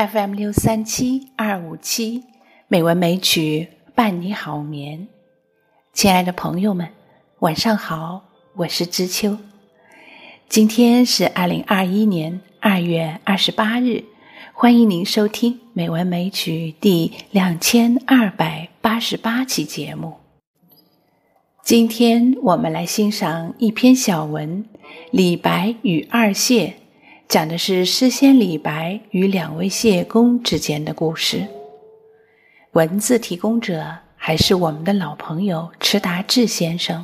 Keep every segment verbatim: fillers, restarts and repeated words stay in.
F M 六三七二五七，美文美曲伴你好眠。亲爱的朋友们，晚上好，我是知秋。今天是二零二一年二月二十八日，欢迎您收听美文美曲第两千二百八十八期节目。今天我们来欣赏一篇小文，李白与二谢，讲的是诗仙李白与两位谢公之间的故事。文字提供者还是我们的老朋友迟达志先生。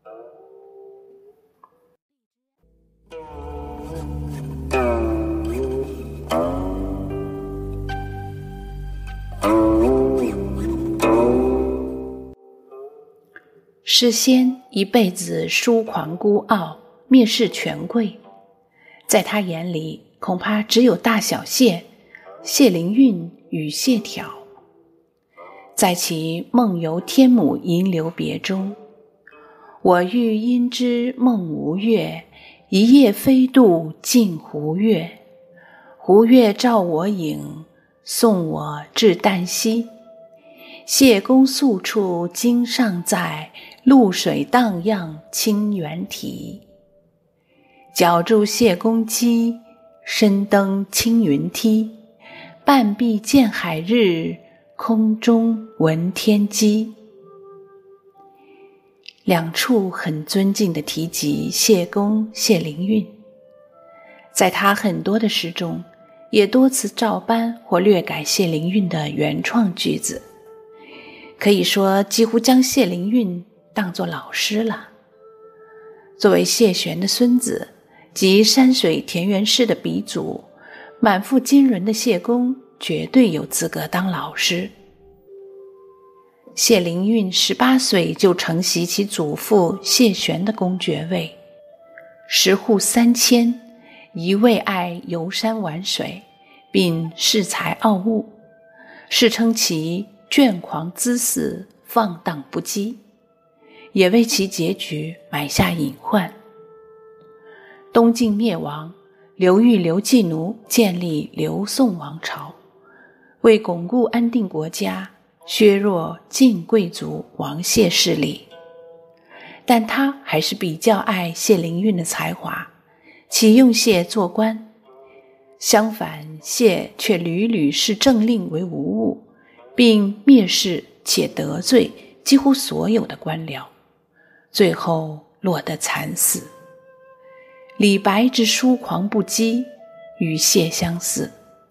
诗仙一辈子疏狂孤傲，蔑视权贵，在他眼里恐怕只有大小谢、谢灵运与谢朓。在其梦游天姥吟留别中，我欲因之梦无月，一夜飞渡镜湖月。湖月照我影，送我至旦夕。谢公宿处今尚在，渌水荡漾清猿啼。脚住谢公屐，身登青云梯。半壁见海日，空中闻天鸡。两处很尊敬地提及谢公谢灵运，在他很多的诗中也多次照搬或略改谢灵运的原创句子，可以说几乎将谢灵运当作老师了。作为谢玄的孙子及山水田园诗的鼻祖，满腹经纶的谢公绝对有资格当老师。谢灵运十八岁就承袭其祖父谢玄的公爵位，十户三迁，一味爱游山玩水，并恃才傲物，世称其倦狂恣肆，放荡不羁，也为其结局埋下隐患。东晋灭亡，刘裕刘季奴建立刘宋王朝，为巩固安定国家，削弱晋贵族王谢势力。但他还是比较爱谢灵运的才华，启用谢做官。相反，谢却屡屡视政令为无物，并蔑视且得罪几乎所有的官僚，最后落得惨死。李白之疏狂不羁，与谢相似。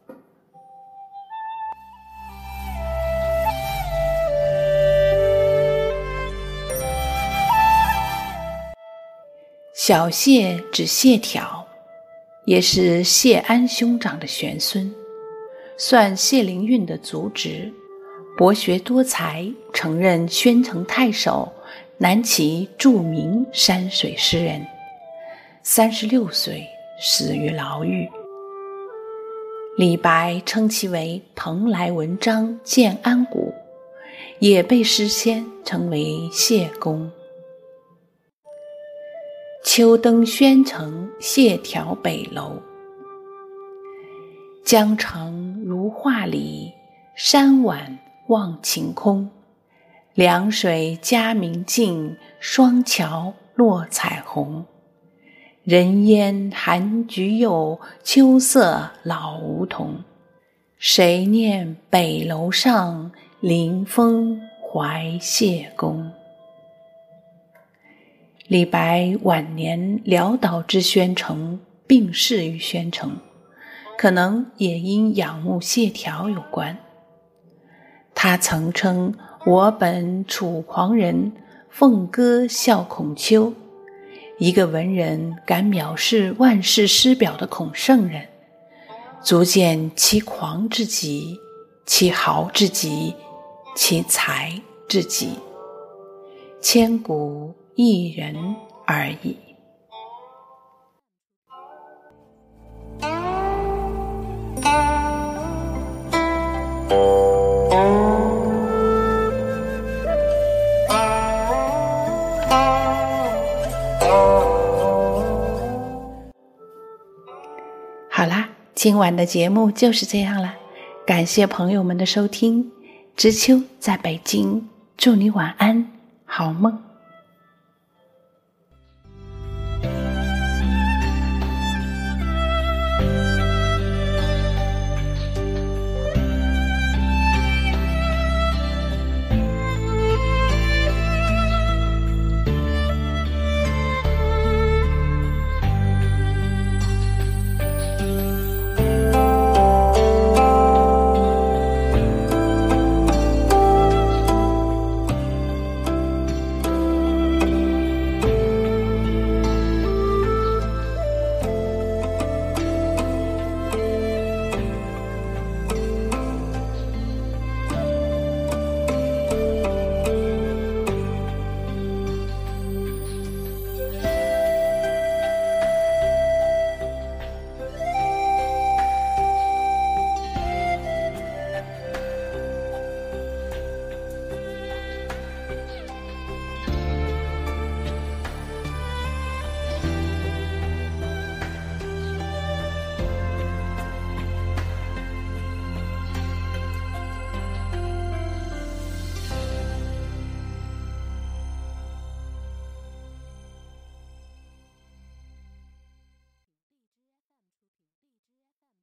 小谢指谢朓，也是谢安兄长的玄孙，算谢灵运的族侄，博学多才，曾任宣城太守，南齐著名山水诗人。三十六岁死于牢狱。李白称其为蓬莱文章建安骨，也被诗仙称为谢公。秋登宣城，谢朓北楼。江城如画里，山晚望晴空。凉水佳明净，双桥落彩虹。人烟寒橘柚，秋色老梧桐。谁念北楼上，临风怀谢公。李白晚年潦倒至宣城，病逝于宣城，可能也因仰慕谢朓有关。他曾称我本楚狂人，凤歌笑孔丘。一个文人敢藐视万世师表的孔圣人，足见其狂之极，其豪之极，其才之极。千古一人而已。好啦，今晚的节目就是这样了， 感谢朋友们的收听，知秋在北京，祝你晚安，好梦。